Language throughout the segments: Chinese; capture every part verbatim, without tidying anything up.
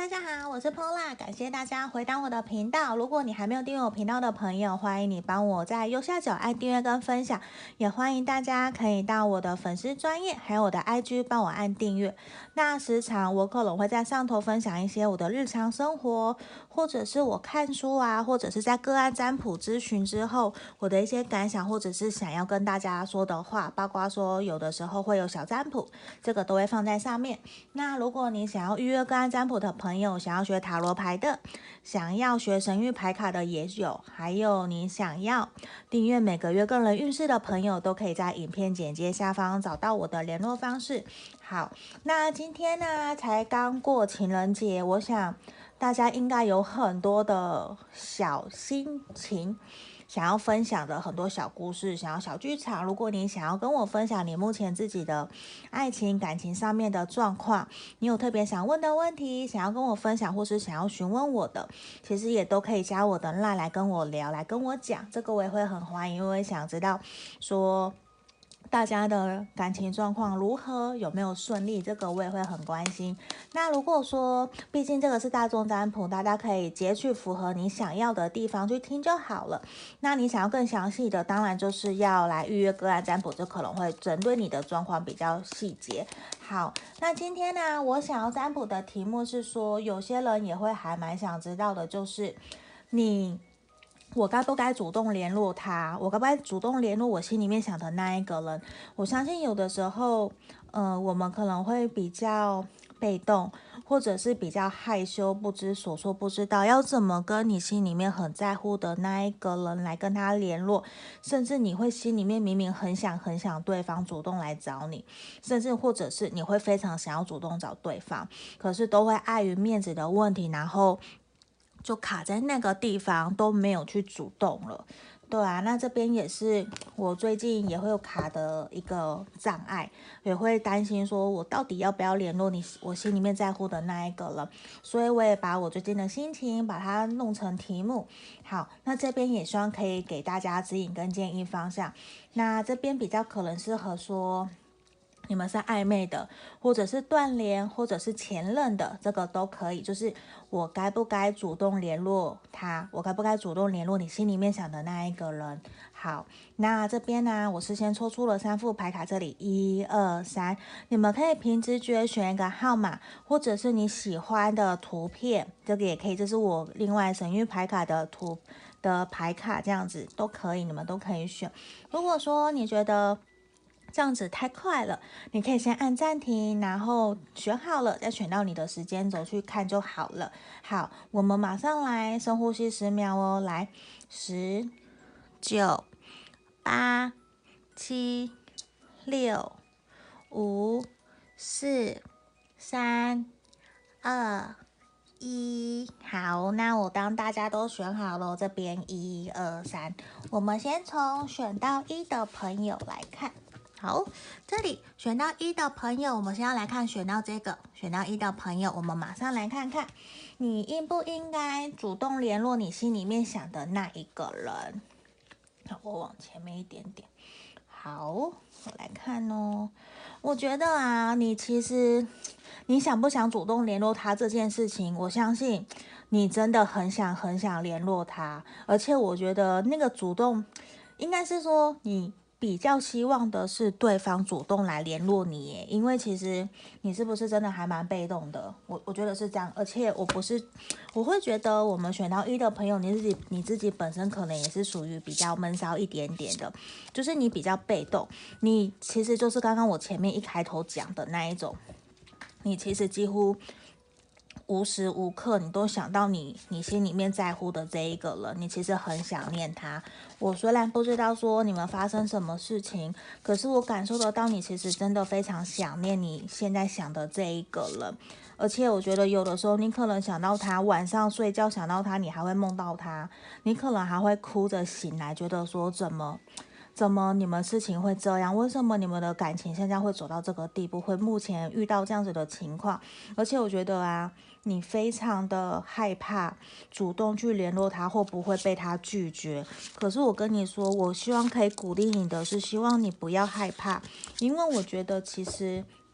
大家好，我是 Pola， 感谢大家回到我的频道。如果你还没有订阅我频道的朋友，欢迎你帮我在右下角按订阅跟分享，也欢迎大家可以到我的粉丝专页还有我的 I G 帮我按订阅。那时常我可能会在上头分享一些我的日常生活，或者是我看书啊，或者是在个案占卜咨询之后我的一些感想，或者是想要跟大家说的话，包括说有的时候会有小占卜，这个都会放在上面。那如果你想要预约个案占卜的朋友，想要学塔罗牌的，想要学神谕牌卡的也有，还有你想要订阅每个月个人运势的朋友，都可以在影片简介下方找到我的联络方式。好，那今天呢才刚过情人节，我想大家应该有很多的小心情想要分享的，很多小故事，想要小剧场。如果你想要跟我分享你目前自己的爱情感情上面的状况，你有特别想问的问题，想要跟我分享，或是想要询问我的，其实也都可以加我的 LINE 来跟我聊，来跟我讲，这个我也会很欢迎，因为想知道说大家的感情状况如何，有没有顺利，这个我也会很关心。那如果说毕竟这个是大众占卜，大家可以截取符合你想要的地方去听就好了。那你想要更详细的，当然就是要来预约个案占卜，这可能会针对你的状况比较细节。好，那今天呢我想要占卜的题目是说，有些人也会还蛮想知道的，就是你我该不该主动联络他？我该不该主动联络我心里面想的那一个人？我相信有的时候，呃，我们可能会比较被动，或者是比较害羞，不知所措，不知道要怎么跟你心里面很在乎的那一个人来跟他联络，甚至你会心里面明明很想很想对方主动来找你，甚至或者是你会非常想要主动找对方，可是都会碍于面子的问题，然后就卡在那个地方都没有去主动了。对啊，那这边也是我最近也会有卡的一个障碍，也会担心说我到底要不要联络你我心里面在乎的那一个了，所以我也把我最近的心情把它弄成题目。好，那这边也希望可以给大家指引跟建议方向。那这边比较可能适合说你们是暧昧的，或者是断联，或者是前任的，这个都可以。就是我该不该主动联络他？我该不该主动联络你心里面想的那一个人？好，那这边呢，我事先抽出了三副牌卡，这里一二三，你们可以凭直觉选一个号码，或者是你喜欢的图片，这个也可以。这是我另外神谕牌卡的图的牌卡，这样子都可以，你们都可以选。如果说你觉得这样子太快了，你可以先按暂停，然后选好了再选到你的时间轴去看就好了。好，我们马上来深呼吸十秒哦，来，十、九、八、七、六、五、四、三、二、一。好，那我当大家都选好了，这边一二三，我们先从选到一的朋友来看。好，这里选到一的朋友，我们先要来看选到这个选到一的朋友，我们马上来看看你应不应该主动联络你心里面想的那一个人。好，我往前面一点点。好，我来看哦。我觉得啊，你其实你想不想主动联络他这件事情，我相信你真的很想很想联络他，而且我觉得那个主动应该是说你比较希望的是对方主动来联络你耶，因为其实你是不是真的还蛮被动的？我我觉得是这样，而且我不是，我会觉得我们选到一的朋友，你自己你自己本身可能也是属于比较闷骚一点点的，就是你比较被动，你其实就是刚刚我前面一开头讲的那一种，你其实几乎无时无刻你都想到你你心里面在乎的这一个人，你其实很想念他。我虽然不知道说你们发生什么事情，可是我感受得到你其实真的非常想念你现在想的这一个人。而且我觉得有的时候你可能想到他，晚上睡觉想到他，你还会梦到他，你可能还会哭着醒来，觉得说怎么怎么你们事情会这样？为什么你们的感情现在会走到这个地步？会目前遇到这样子的情况？而且我觉得啊，你非常的害怕主动去联络他，会不会被他拒绝？可是我跟你说，我希望可以鼓励你的是，希望你不要害怕，因为我觉得其实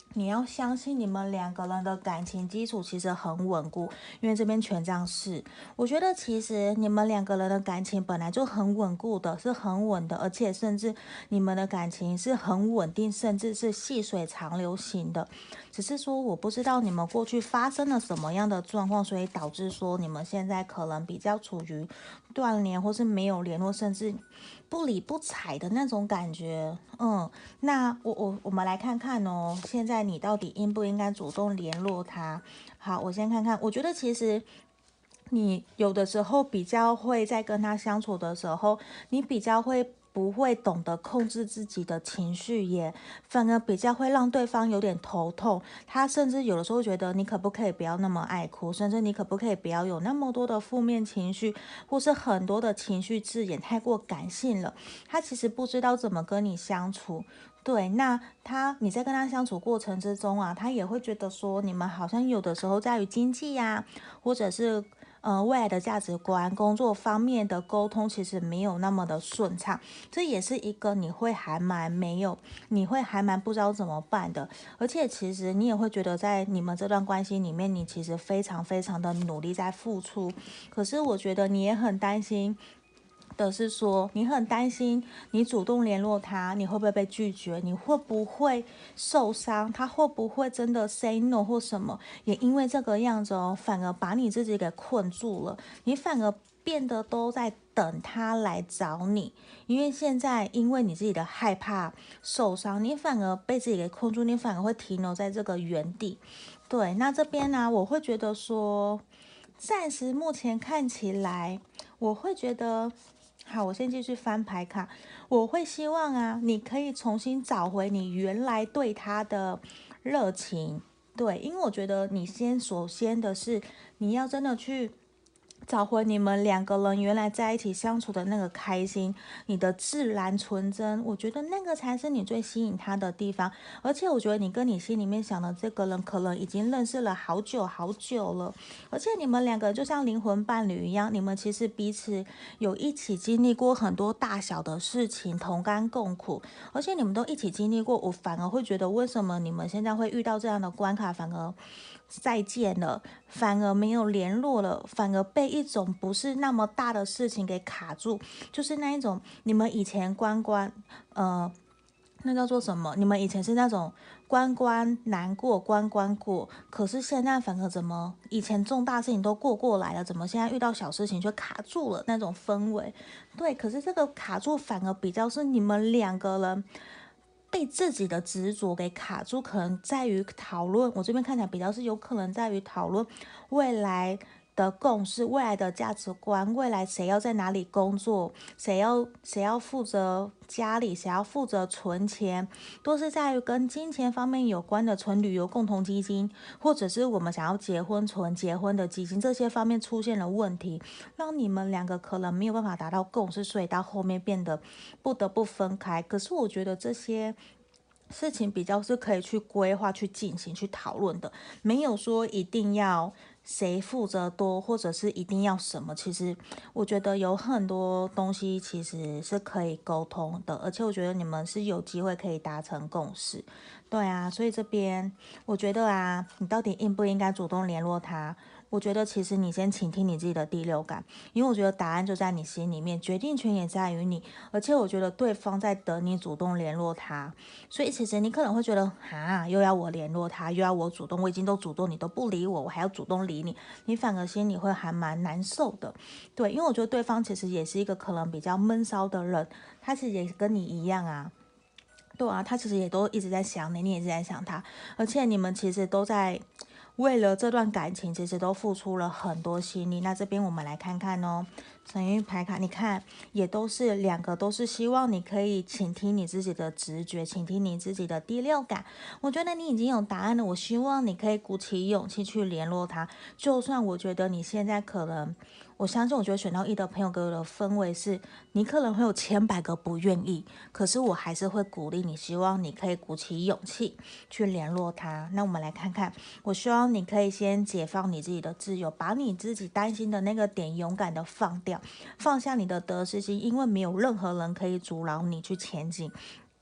你要相信你们两个人的感情基础其实很稳固，因为这边权杖四，我觉得其实你们两个人的感情本来就很稳固的，是很稳的，而且甚至你们的感情是很稳定，甚至是细水长流型的。只是说我不知道你们过去发生了什么样的状况，所以导致说你们现在可能比较处于断联或是没有联络，甚至不理不睬的那种感觉。嗯，那我我我们来看看哦，现在你到底应不应该主动联络他？好，我先看看，我觉得其实你有的时候比较会在跟他相处的时候，你比较会不会懂得控制自己的情绪也，反而比较会让对方有点头痛。他甚至有的时候觉得你可不可以不要那么爱哭，甚至你可不可以不要有那么多的负面情绪，或是很多的情绪字眼太过感性了。他其实不知道怎么跟你相处。对，那他你在跟他相处过程之中啊，他也会觉得说你们好像有的时候在于经济呀、或者是呃未来的价值观、工作方面的沟通，其实没有那么的顺畅。这也是一个你会还蛮没有，你会还蛮不知道怎么办的。而且其实你也会觉得，在你们这段关系里面，你其实非常非常的努力在付出。可是我觉得你也很担心。的是说，你很担心，你主动联络他，你会不会被拒绝？你会不会受伤？他会不会真的 say no 或什么？也因为这个样子哦，反而把你自己给困住了。你反而变得都在等他来找你，因为现在因为你自己的害怕受伤，你反而被自己给困住，你反而会停留在这个原地。对，那这边呢，我会觉得说，暂时目前看起来，我会觉得。好，我先继续翻牌卡。我会希望啊，你可以重新找回你原来对他的热情。对，因为我觉得你先首先的是，你要真的去找回你们两个人原来在一起相处的那个开心，你的自然纯真，我觉得那个才是你最吸引他的地方。而且我觉得你跟你心里面想的这个人，可能已经认识了好久好久了，而且你们两个就像灵魂伴侣一样，你们其实彼此有一起经历过很多大小的事情，同甘共苦，而且你们都一起经历过。我反而会觉得，为什么你们现在会遇到这样的关卡，反而再见了，反而没有联络了，反而被一种不是那么大的事情给卡住，就是那一种你们以前关关，呃，那叫做什么？你们以前是那种关关难过关关过，可是现在反而怎么以前重大事情都过过来了，怎么现在遇到小事情却卡住了那种氛围？对，可是这个卡住反而比较是你们两个人。被自己的执着给卡住，可能在于讨论。我这边看起来比较是有可能在于讨论未来的共识、未来的价值观、未来谁要在哪里工作，谁要谁要负责家里，谁要负责存钱，都是在于跟金钱方面有关的存旅游共同基金，或者是我们想要结婚存结婚的基金，这些方面出现了问题，让你们两个可能没有办法达到共识，所以到后面变得不得不分开。可是我觉得这些。事情比较是可以去规划、去进行、去讨论的，没有说一定要谁负责多，或者是一定要什么。其实我觉得有很多东西其实是可以沟通的，而且我觉得你们是有机会可以达成共识。对啊，所以这边我觉得啊，你到底应不应该主动联络他？我觉得其实你先倾听你自己的第六感，因为我觉得答案就在你心里面，决定权也在于你。而且我觉得对方在等你主动联络他，所以其实你可能会觉得，哈，又要我联络他，又要我主动，我已经都主动，你都不理我，我还要主动理你，你反而心里会还蛮难受的。对，因为我觉得对方其实也是一个可能比较闷骚的人，他其实也跟你一样啊。对啊，他其实也都一直在想你，你也一直在想他，而且你们其实都在为了这段感情，其实都付出了很多心力。那这边我们来看看哦，神谕牌卡，你看也都是两个，都是希望你可以倾听你自己的直觉，倾听你自己的第六感。我觉得你已经有答案了，我希望你可以鼓起勇气去联络他。就算我觉得你现在可能。我相信，我觉得选到一的朋友给我的氛围是，你可能会有千百个不愿意，可是我还是会鼓励你，希望你可以鼓起勇气去联络他。那我们来看看，我希望你可以先解放你自己的自由，把你自己担心的那个点勇敢的放掉，放下你的得失心，因为没有任何人可以阻挠你去前进。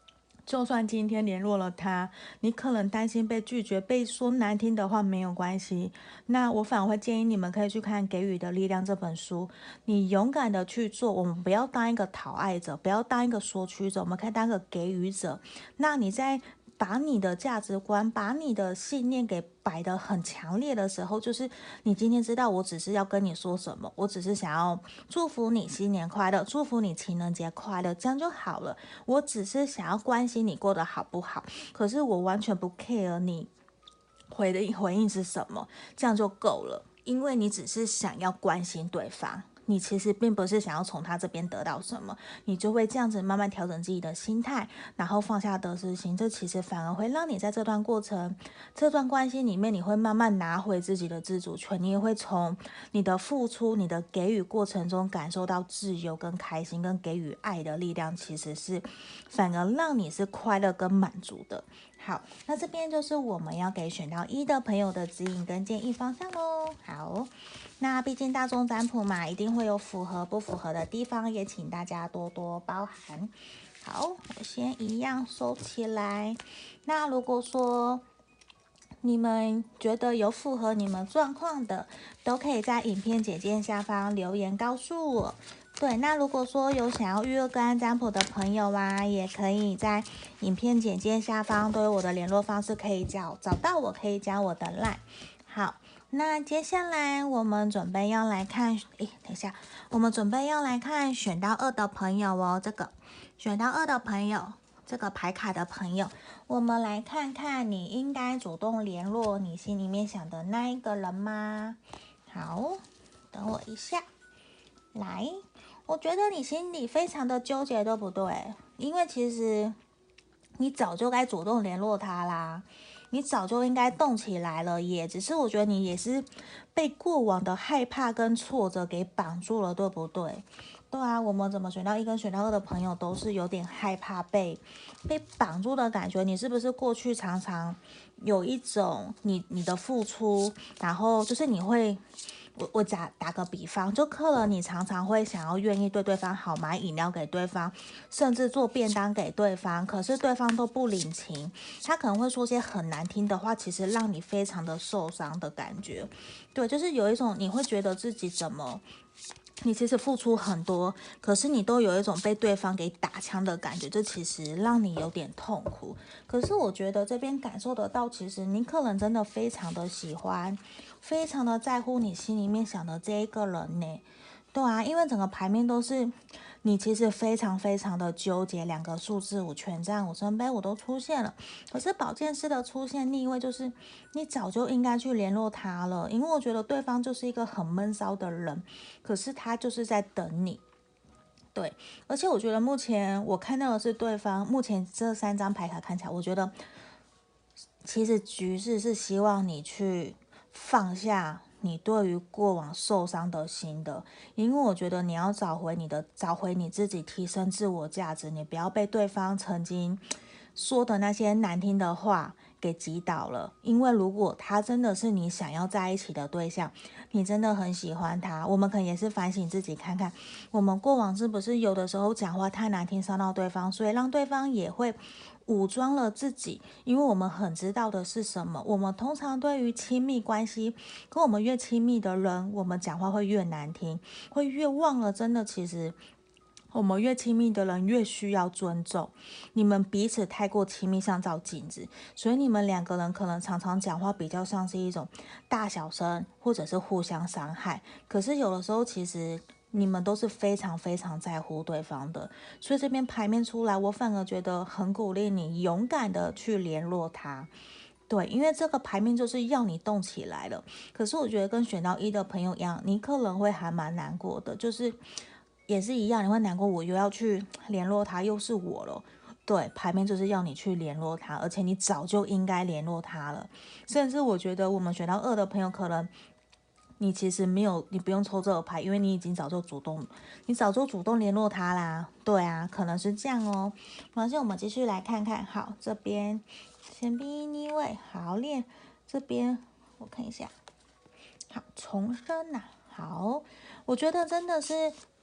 就算今天联络了他，你可能担心被拒绝，被说难听的话没有关系。那我反而会建议你们可以去看《给予的力量》这本书，你勇敢的去做。我们不要当一个讨爱者，不要当一个索取者，我们可以当个给予者。那你在把你的价值观、把你的信念给摆得很强烈的时候，就是你今天知道，我只是要跟你说什么，我只是想要祝福你新年快乐，祝福你情人节快乐，这样就好了。我只是想要关心你过得好不好，可是我完全不 care 你回的回应是什么，这样就够了，因为你只是想要关心对方。你其实并不是想要从他这边得到什么，你就会这样子慢慢调整自己的心态，然后放下得失心，这其实反而会让你在这段过程、这段关系里面，你会慢慢拿回自己的自主权，你也会从你的付出、你的给予过程中感受到自由、跟开心、跟给予爱的力量，其实是反而让你是快乐跟满足的。好，那这边就是我们要给选到一的朋友的指引跟建议方向咯。好，那毕竟大众占卜嘛，一定会有符合不符合的地方，也请大家多多包涵。好，我先一样收起来。那如果说你们觉得有符合你们状况的，都可以在影片简介下方留言告诉我。对，那如果说有想要预约个案占卜的朋友啊，也可以在影片简介下方都有我的联络方式，可以找找到我，可以加我的 line。好，那接下来我们准备要来看，诶，等一下，我们准备要来看选到二的朋友哦，这个选到二的朋友，这个牌卡的朋友，我们来看看你应该主动联络你心里面想的那一个人吗？好，等我一下，来。我觉得你心里非常的纠结，对不对？因为其实你早就该主动联络他啦，你早就应该动起来了耶。只是我觉得你也是被过往的害怕跟挫折给绑住了，对不对？对啊，我们怎么选到一跟选到二的朋友都是有点害怕被被绑住的感觉。你是不是过去常常有一种你你的付出，然后就是你会。我我打打个比方，就客人你常常会想要愿意对对方好，买饮料给对方，甚至做便当给对方，可是对方都不领情，他可能会说些很难听的话，其实让你非常的受伤的感觉。对，就是有一种你会觉得自己怎么。你其实付出很多，可是你都有一种被对方给打枪的感觉，这其实让你有点痛苦。可是我觉得这边感受得到，其实你可能真的非常的喜欢，非常的在乎你心里面想的这一个人呢。对啊，因为整个牌面都是你其实非常非常的纠结，两个数字五权杖五圣杯五都出现了，可是宝剑四的出现逆位就是你早就应该去联络他了，因为我觉得对方就是一个很闷骚的人，可是他就是在等你。对，而且我觉得目前我看到的是对方目前这三张牌卡看起来，我觉得其实局势是希望你去放下你对于过往受伤的心的，因为我觉得你要找回你的，找回你自己，提升自我价值，你不要被对方曾经说的那些难听的话给击倒了。因为如果他真的是你想要在一起的对象，你真的很喜欢他，我们可能也是反省自己看看，我们过往是不是有的时候讲话太难听，伤到对方，所以让对方也会武装了自己。因为我们很知道的是什么，我们通常对于亲密关系跟我们越亲密的人，我们讲话会越难听，会越忘了真的其实我们越亲密的人越需要尊重，你们彼此太过亲密像照镜子，所以你们两个人可能常常讲话比较像是一种大小声，或者是互相伤害。可是有的时候其实你们都是非常非常在乎对方的，所以这边牌面出来，我反而觉得很鼓励你勇敢的去联络他。对，因为这个牌面就是要你动起来了。可是我觉得跟选到一的朋友一样，你可能会还蛮难过的，就是也是一样，你会难过，我又要去联络他，又是我了。对，牌面就是要你去联络他，而且你早就应该联络他了。甚至我觉得我们选到二的朋友，可能你其实没有，你不用抽这个牌，因为你已经早就主动，你早就主动联络他啦。对啊，可能是这样哦。马上我们继续来看看，好，这边先逼逆位，好练，这边我看一下，好重生呐、啊，好，我觉得真的是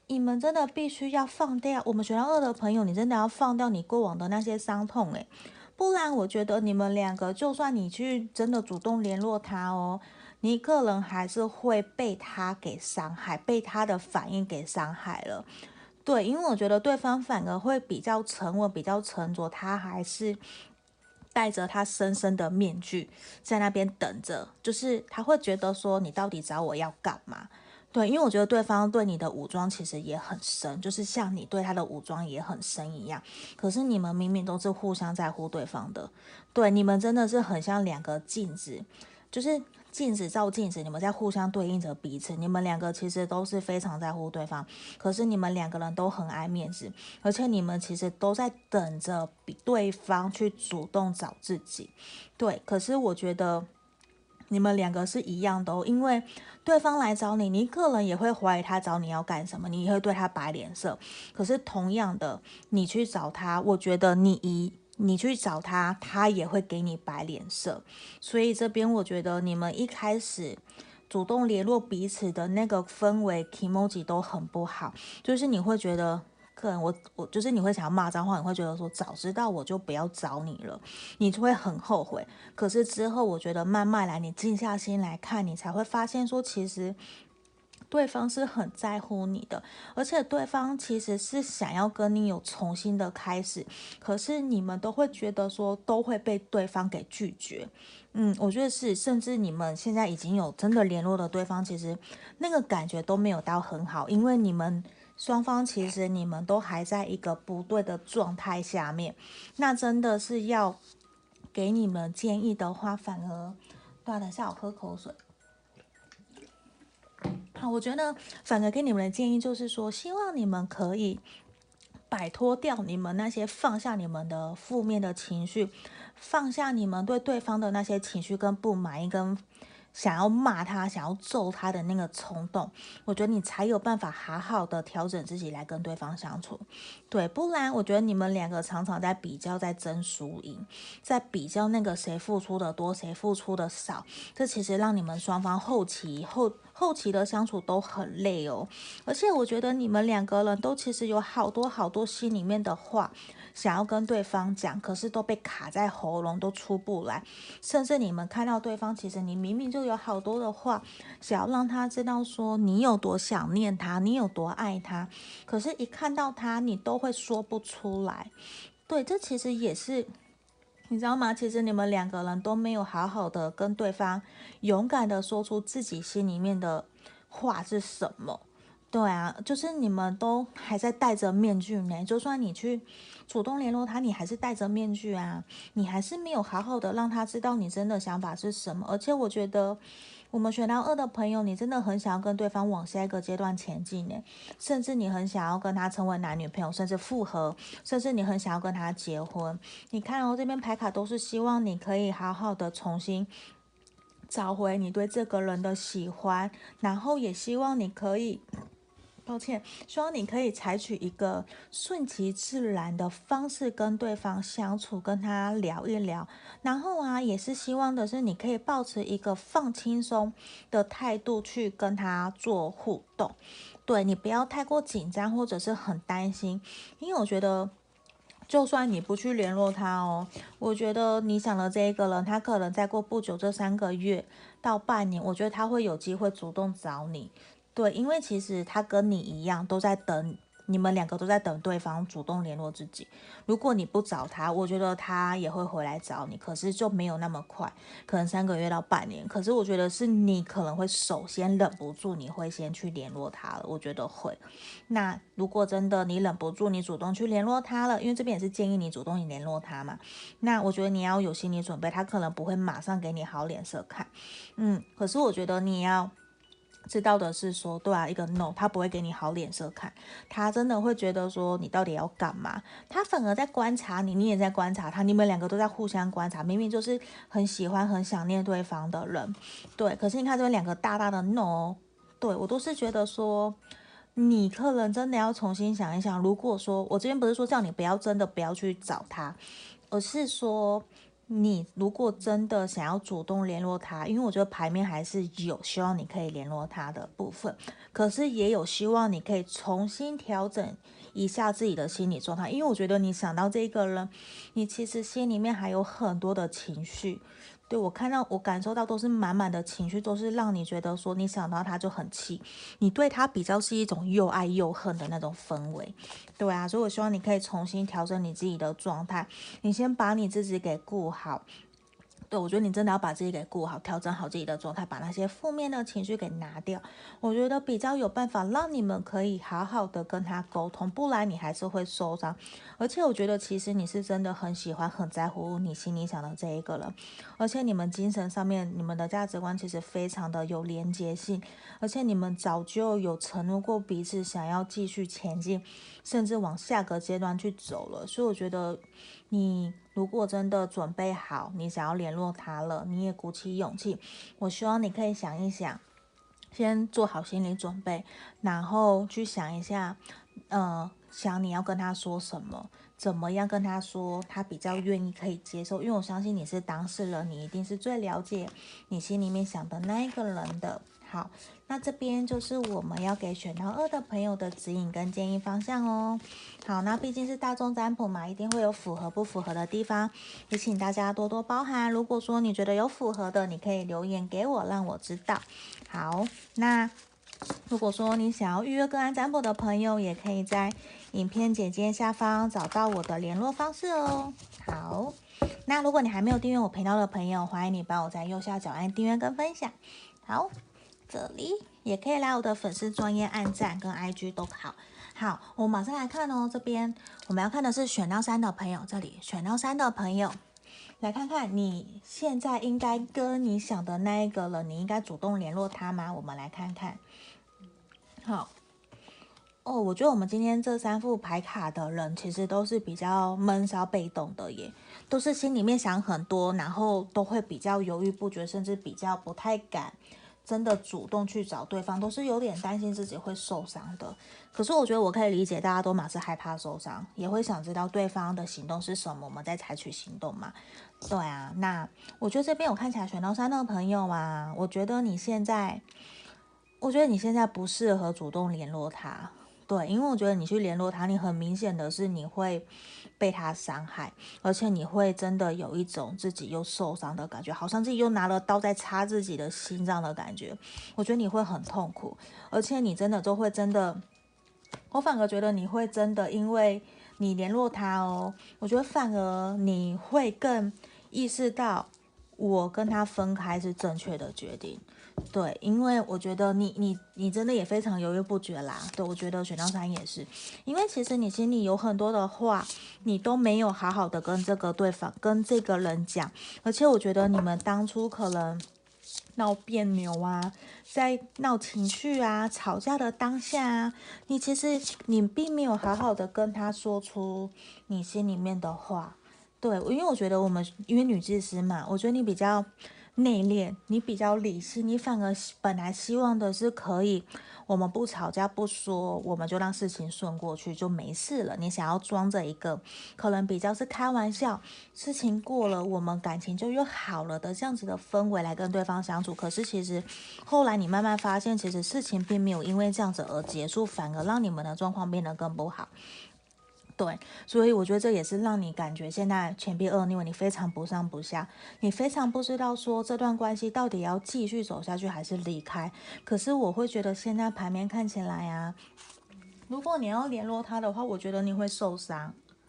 你们真的必须要放掉，我们选到二的朋友，你真的要放掉你过往的那些伤痛，诶，不然我觉得你们两个，就算你去真的主动联络他哦，你个人还是会被他给伤害，被他的反应给伤害了。对，因为我觉得对方反而会比较沉稳，比较沉着，他还是戴着他深深的面具在那边等着，就是他会觉得说你到底找我要干嘛？对，因为我觉得对方对你的武装其实也很深，就是像你对他的武装也很深一样。可是你们明明都是互相在乎对方的，对，你们真的是很像两个镜子，就是镜子照镜子，你们在互相对应着彼此。你们两个其实都是非常在乎对方，可是你们两个人都很爱面子，而且你们其实都在等着比对方去主动找自己。对，可是我觉得你们两个是一样的哦，因为对方来找你，你个人也会怀疑他找你要干什么，你也会对他摆脸色。可是同样的，你去找他，我觉得你一你去找他，他也会给你摆脸色。所以这边我觉得你们一开始主动联络彼此的那个氛围 emoji 都很不好，就是你会觉得。个人，我我就是你会想要骂脏话，你会觉得说早知道我就不要找你了，你就会很后悔。可是之后，我觉得慢慢来，你静下心来看，你才会发现说，其实对方是很在乎你的，而且对方其实是想要跟你有重新的开始，可是你们都会觉得说，都会被对方给拒绝。嗯，我觉得是，甚至你们现在已经有真的联络的对方，其实那个感觉都没有到很好，因为你们双方其实你们都还在一个不对的状态下面，那真的是要给你们建议的话，反而，对啊，等一下我喝口水。好，我觉得反而给你们的建议就是说，希望你们可以摆脱掉你们那些放下你们的负面的情绪，放下你们对对方的那些情绪跟不满意，跟想要骂他、想要揍他的那个冲动，我觉得你才有办法好好的调整自己来跟对方相处。对，不然我觉得你们两个常常在比较，在争输赢，在比较那个谁付出的多，谁付出的少，这其实让你们双方后期后后期的相处都很累哦。而且我觉得你们两个人都其实有好多好多心里面的话想要跟对方讲，可是都被卡在喉咙，都出不来。甚至你们看到对方，其实你明明就有好多的话想要让他知道说你有多想念他，你有多爱他，可是一看到他，你都会说不出来。对，这其实也是你知道吗？其实你们两个人都没有好好的跟对方勇敢的说出自己心里面的话是什么。对啊，就是你们都还在戴着面具呢。就算你去主动联络他，你还是戴着面具啊，你还是没有好好的让他知道你真的想法是什么。而且我觉得，我们选到二的朋友，你真的很想要跟对方往下一个阶段前进呢，甚至你很想要跟他成为男女朋友，甚至复合，甚至你很想要跟他结婚。你看哦，这边牌卡都是希望你可以好好的重新找回你对这个人的喜欢，然后也希望你可以。抱歉，希望你可以采取一个顺其自然的方式跟对方相处，跟他聊一聊。然后啊，也是希望的是你可以保持一个放轻松的态度去跟他做互动。对，你不要太过紧张或者是很担心，因为我觉得。就算你不去联络他哦，我觉得你想的这一个人，他可能再过不久，这三个月到半年，我觉得他会有机会主动找你。对，因为其实他跟你一样，都在等，你们两个都在等对方主动联络自己。如果你不找他，我觉得他也会回来找你，可是就没有那么快，可能三个月到半年。可是我觉得是你可能会首先忍不住，你会先去联络他了，我觉得会。那如果真的你忍不住，你主动去联络他了，因为这边也是建议你主动去联络他嘛，那我觉得你要有心理准备，他可能不会马上给你好脸色看，嗯，可是我觉得你要。知道的是说，对啊，一个 no，他不会给你好脸色看，他真的会觉得说你到底要干嘛？他反而在观察你，你也在观察他，你们两个都在互相观察，明明就是很喜欢、很想念对方的人，对。可是你看这边两个大大的 no，对我都是觉得说。你可能真的要重新想一想，如果说我这边不是说叫你不要真的不要去找他，而是说你如果真的想要主动联络他，因为我觉得牌面还是有希望你可以联络他的部分，可是也有希望你可以重新调整一下自己的心理状态，因为我觉得你想到这个人，你其实心里面还有很多的情绪。对，我看到我感受到都是满满的情绪，都是让你觉得说你想到他就很气，你对他比较是一种又爱又恨的那种氛围。对啊，所以我希望你可以重新调整你自己的状态，你先把你自己给顾好。对，我觉得你真的要把自己给顾好，调整好自己的状态，把那些负面的情绪给拿掉。我觉得比较有办法让你们可以好好的跟他沟通，不然你还是会受伤。而且我觉得其实你是真的很喜欢、很在乎你心里想的这一个人，而且你们精神上面、你们的价值观其实非常的有连结性，而且你们早就有承诺过彼此想要继续前进，甚至往下个阶段去走了。所以我觉得你如果真的准备好，你想要联络他了，你也鼓起勇气，我希望你可以想一想，先做好心理准备，然后去想一下，呃，想你要跟他说什么，怎么样跟他说，他比较愿意可以接受。因为我相信你是当事人，你一定是最了解你心里面想的那一个人的。好，那这边就是我们要给选到二的朋友的指引跟建议方向哦。好，那毕竟是大众占卜嘛，一定会有符合不符合的地方，也请大家多多包涵。如果说你觉得有符合的，你可以留言给我，让我知道。好，那如果说你想要预约个案占卜的朋友，也可以在影片简介下方找到我的联络方式哦。好，那如果你还没有订阅我频道的朋友，欢迎你帮我在右下角按订阅跟分享。好，这里也可以来我的粉丝专页按赞跟 I G 都好。好，我马上来看哦，这边我们要看的是选到三的朋友，这里选到三的朋友。来看看你现在应该跟你想的那一个人，你应该主动联络他吗？我们来看看。好，哦，我觉得我们今天这三副牌卡的人，其实都是比较闷骚被动的耶，都是心里面想很多，然后都会比较犹豫不决，甚至比较不太敢真的主动去找对方，都是有点担心自己会受伤的。可是我觉得我可以理解，大家都马是害怕受伤，也会想知道对方的行动是什么，我们再采取行动嘛。对啊，那我觉得这边我看起来选到三的朋友啊，我觉得你现在，我觉得你现在不适合主动联络他。对，因为我觉得你去联络他，你很明显的是你会被他伤害，而且你会真的有一种自己又受伤的感觉，好像自己又拿了刀在插自己的心脏的感觉。我觉得你会很痛苦，而且你真的就会真的，我反而觉得你会真的因为你联络他哦，我觉得反而你会更意识到我跟他分开是正确的决定。对，因为我觉得你你你真的也非常犹豫不决啦。对，我觉得选到三也是，因为其实你心里有很多的话，你都没有好好的跟这个对方跟这个人讲，而且我觉得你们当初可能闹别扭啊，在闹情绪啊、吵架的当下啊，你其实你并没有好好的跟他说出你心里面的话。对，因为我觉得我们因为女祭司嘛，我觉得你比较内敛，你比较理性，你反而本来希望的是可以，我们不吵架不说，我们就让事情顺过去就没事了。你想要装着一个可能比较是开玩笑，事情过了，我们感情就又好了的这样子的氛围来跟对方相处。可是其实后来你慢慢发现，其实事情并没有因为这样子而结束，反而让你们的状况变得更不好。对，所以我觉得这也是让你感觉现在钱币二，因为你非常不上不下，你非常不知道说这段关系到底要继续走下去还是离开。可是我会觉得现在牌面看起来啊，如果你要联络他的话，我觉得你会受伤。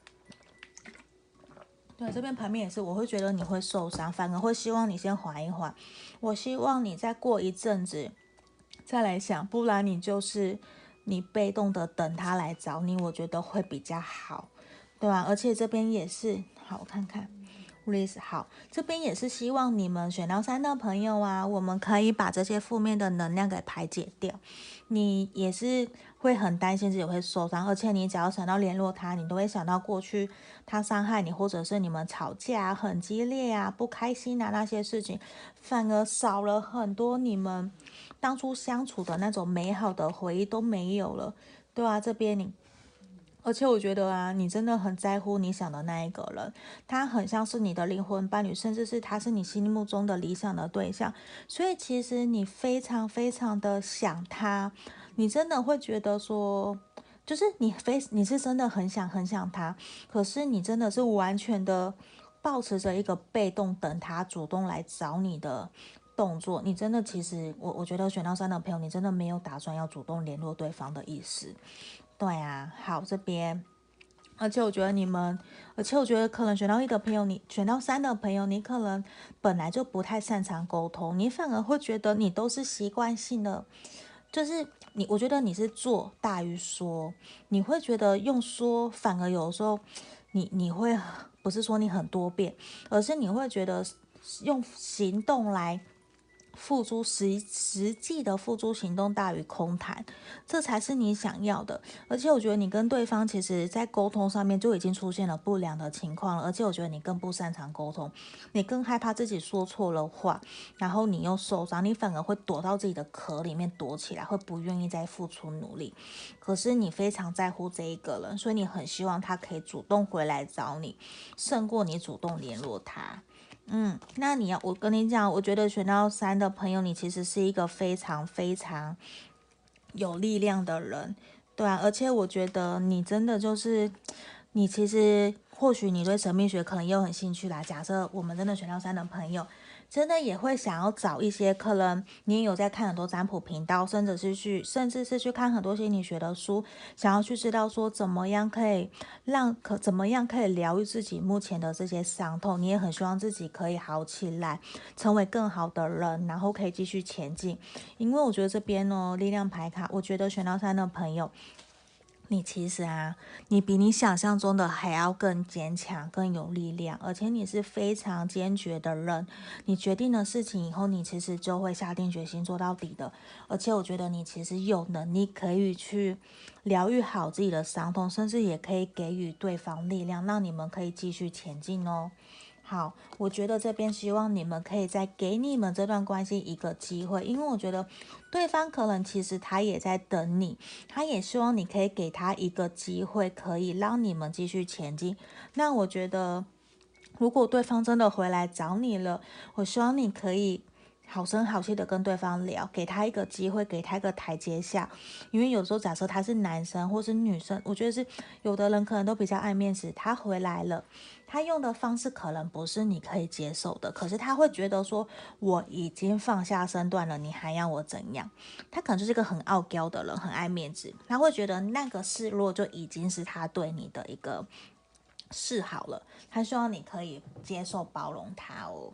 对，这边牌面也是，我会觉得你会受伤，反而会希望你先缓一缓。我希望你再过一阵子再来想，不然你就是你被动的等他来找你，我觉得会比较好，对吧？而且这边也是，好，我看看。Liz 好，这边也是希望你们选到三的朋友啊，我们可以把这些负面的能量给排解掉。你也是会很担心自己会受伤，而且你只要想到联络他，你都会想到过去他伤害你，或者是你们吵架很激烈啊、不开心啊那些事情，反而少了很多你们当初相处的那种美好的回忆都没有了，对啊，这边你而且我觉得啊，你真的很在乎你想的那一个人，他很像是你的灵魂伴侣，甚至是他是你心目中的理想的对象，所以其实你非常非常的想他，你真的会觉得说，就是你非你是真的很想很想他，可是你真的是完全的保持着一个被动等他主动来找你的动作，你真的其实我我觉得选到三的朋友，你真的没有打算要主动联络对方的意思。对啊，好这边，而且我觉得你们，而且我觉得可能选到一的朋友，你选到三的朋友，你可能本来就不太擅长沟通，你反而会觉得你都是习惯性的，就是你，我觉得你是做大于说，你会觉得用说反而有时候你你会不是说你很多变，而是你会觉得用行动来。付诸实实际的付诸行动大于空谈，这才是你想要的。而且我觉得你跟对方其实在沟通上面就已经出现了不良的情况了，而且我觉得你更不擅长沟通，你更害怕自己说错了话，然后你又受伤，你反而会躲到自己的壳里面躲起来，会不愿意再付出努力。可是你非常在乎这一个人，所以你很希望他可以主动回来找你，胜过你主动联络他。嗯，那你要我跟你讲，我觉得选到三的朋友，你其实是一个非常非常有力量的人，对啊，而且我觉得你真的就是，你其实或许你对神秘学可能也有很兴趣啦。假设我们真的选到三的朋友，真的也会想要找一些可能你也有在看很多占卜频道，甚至是去甚至是去看很多心理学的书，想要去知道说怎么样可以让可怎么样可以疗愈自己目前的这些伤痛。你也很希望自己可以好起来，成为更好的人，然后可以继续前进。因为我觉得这边呢，力量牌卡，我觉得选到三的朋友。你其实啊，你比你想象中的还要更坚强、更有力量，而且你是非常坚决的人。你决定了事情以后，你其实就会下定决心做到底的。而且我觉得你其实有能力可以去疗愈好自己的伤痛，甚至也可以给予对方力量，让你们可以继续前进哦。好，我觉得这边希望你们可以再给你们这段关系一个机会，因为我觉得对方可能其实他也在等你，他也希望你可以给他一个机会，可以让你们继续前进。那我觉得，如果对方真的回来找你了，我希望你可以好声好气的跟对方聊，给他一个机会，给他一个台阶下。因为有时候假设他是男生或是女生，我觉得是有的人可能都比较爱面子，他回来了。他用的方式可能不是你可以接受的，可是他会觉得说我已经放下身段了，你还要我怎样？他可能就是一个很傲娇的人，很爱面子，他会觉得那个示弱就已经是他对你的一个示好了，他希望你可以接受包容他哦。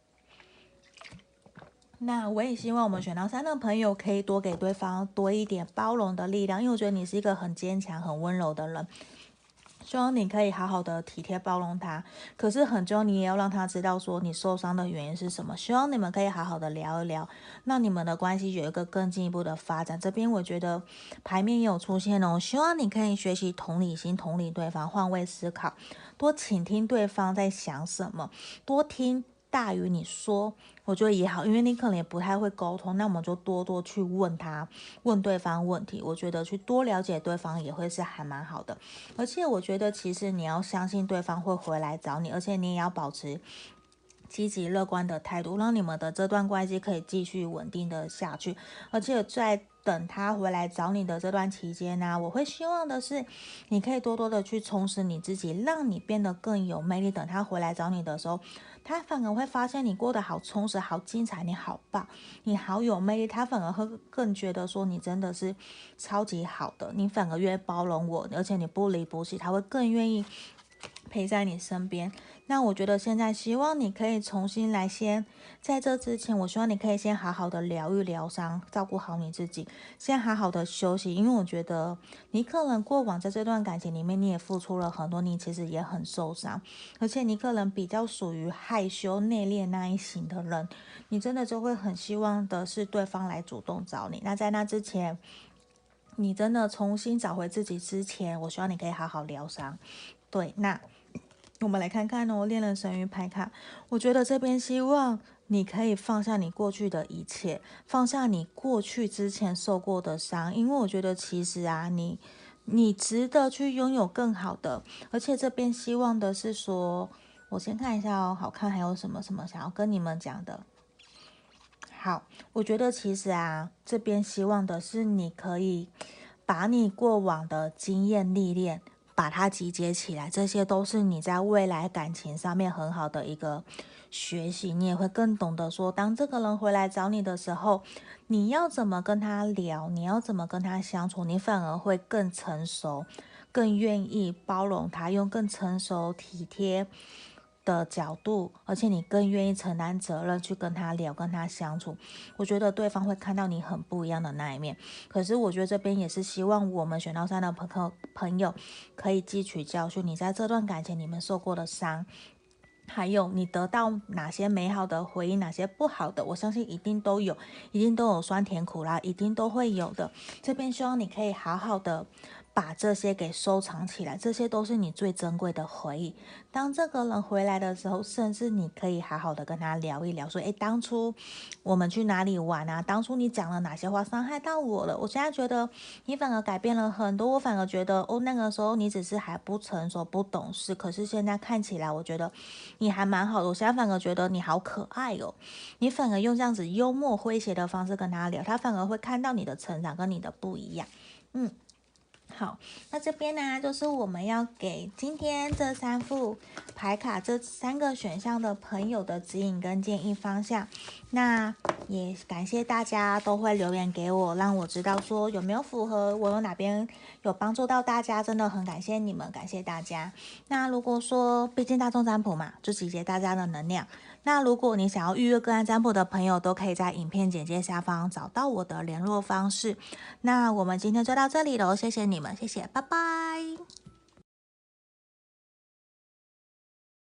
那我也希望我们选到三的朋友可以多给对方多一点包容的力量，因为我觉得你是一个很坚强、很温柔的人。希望你可以好好的体贴包容他，可是很重要，你也要让他知道说你受伤的原因是什么。希望你们可以好好的聊一聊，让你们的关系有一个更进一步的发展。这边我觉得牌面也有出现哦，希望你可以学习同理心，同理对方，换位思考，多倾听对方在想什么，多听大于你说。我觉得也好，因为你可能也不太会沟通，那我们就多多去问他，问对方问题。我觉得去多了解对方也会是还蛮好的。而且我觉得其实你要相信对方会回来找你，而且你也要保持积极乐观的态度，让你们的这段关系可以继续稳定的下去。而且在等他回来找你的这段期间呢、啊，我会希望的是，你可以多多的去充实你自己，让你变得更有魅力。等他回来找你的时候，他反而会发现你过得好充实、好精彩，你好棒，你好有魅力。他反而会更觉得说你真的是超级好的，你反而越包容我，而且你不离不弃，他会更愿意陪在你身边。那我觉得现在希望你可以重新来先，在这之前，我希望你可以先好好的疗愈疗伤，照顾好你自己，先好好的休息。因为我觉得你可能过往在这段感情里面，你也付出了很多，你其实也很受伤，而且你可能比较属于害羞内敛那一型的人，你真的就会很希望的是对方来主动找你。那在那之前，你真的重新找回自己之前，我希望你可以好好疗伤。对，那我们来看看哦，恋人神谕牌卡，我觉得这边希望你可以放下你过去的一切，放下你过去之前受过的伤，因为我觉得其实啊，你你值得去拥有更好的。而且这边希望的是说，我先看一下哦，好看还有什么什么想要跟你们讲的。好，我觉得其实啊，这边希望的是你可以把你过往的经验历练，把它集结起来，这些都是你在未来感情上面很好的一个学习。你也会更懂得说，当这个人回来找你的时候，你要怎么跟他聊，你要怎么跟他相处，你反而会更成熟，更愿意包容他，用更成熟体贴的角度，而且你更愿意承担责任去跟他聊，跟他相处。我觉得对方会看到你很不一样的那一面。可是我觉得这边也是希望我们选到三的朋友朋友可以汲取教训，你在这段感情里面受过的伤，还有你得到哪些美好的回忆，哪些不好的，我相信一定都有，一定都有酸甜苦辣，一定都会有的。这边希望你可以好好的把这些给收藏起来，这些都是你最珍贵的回忆。当这个人回来的时候，甚至你可以好好的跟他聊一聊，说，诶，当初我们去哪里玩啊？当初你讲了哪些话伤害到我了？我现在觉得你反而改变了很多，我反而觉得，哦，那个时候你只是还不成熟、不懂事，可是现在看起来，我觉得你还蛮好的。我现在反而觉得你好可爱哦，你反而用这样子幽默诙谐的方式跟他聊，他反而会看到你的成长跟你的不一样。嗯。好，那这边呢，就是我们要给今天这三副牌卡这三个选项的朋友的指引跟建议方向。那也感谢大家都会留言给我，让我知道说有没有符合，我有哪边有帮助到大家，真的很感谢你们，感谢大家。那如果说，毕竟大众占卜嘛，就集结大家的能量。那如果你想要预约个案占卜的朋友，都可以在影片简介下方找到我的联络方式。那我们今天就到这里了，谢谢你们，谢谢，拜拜。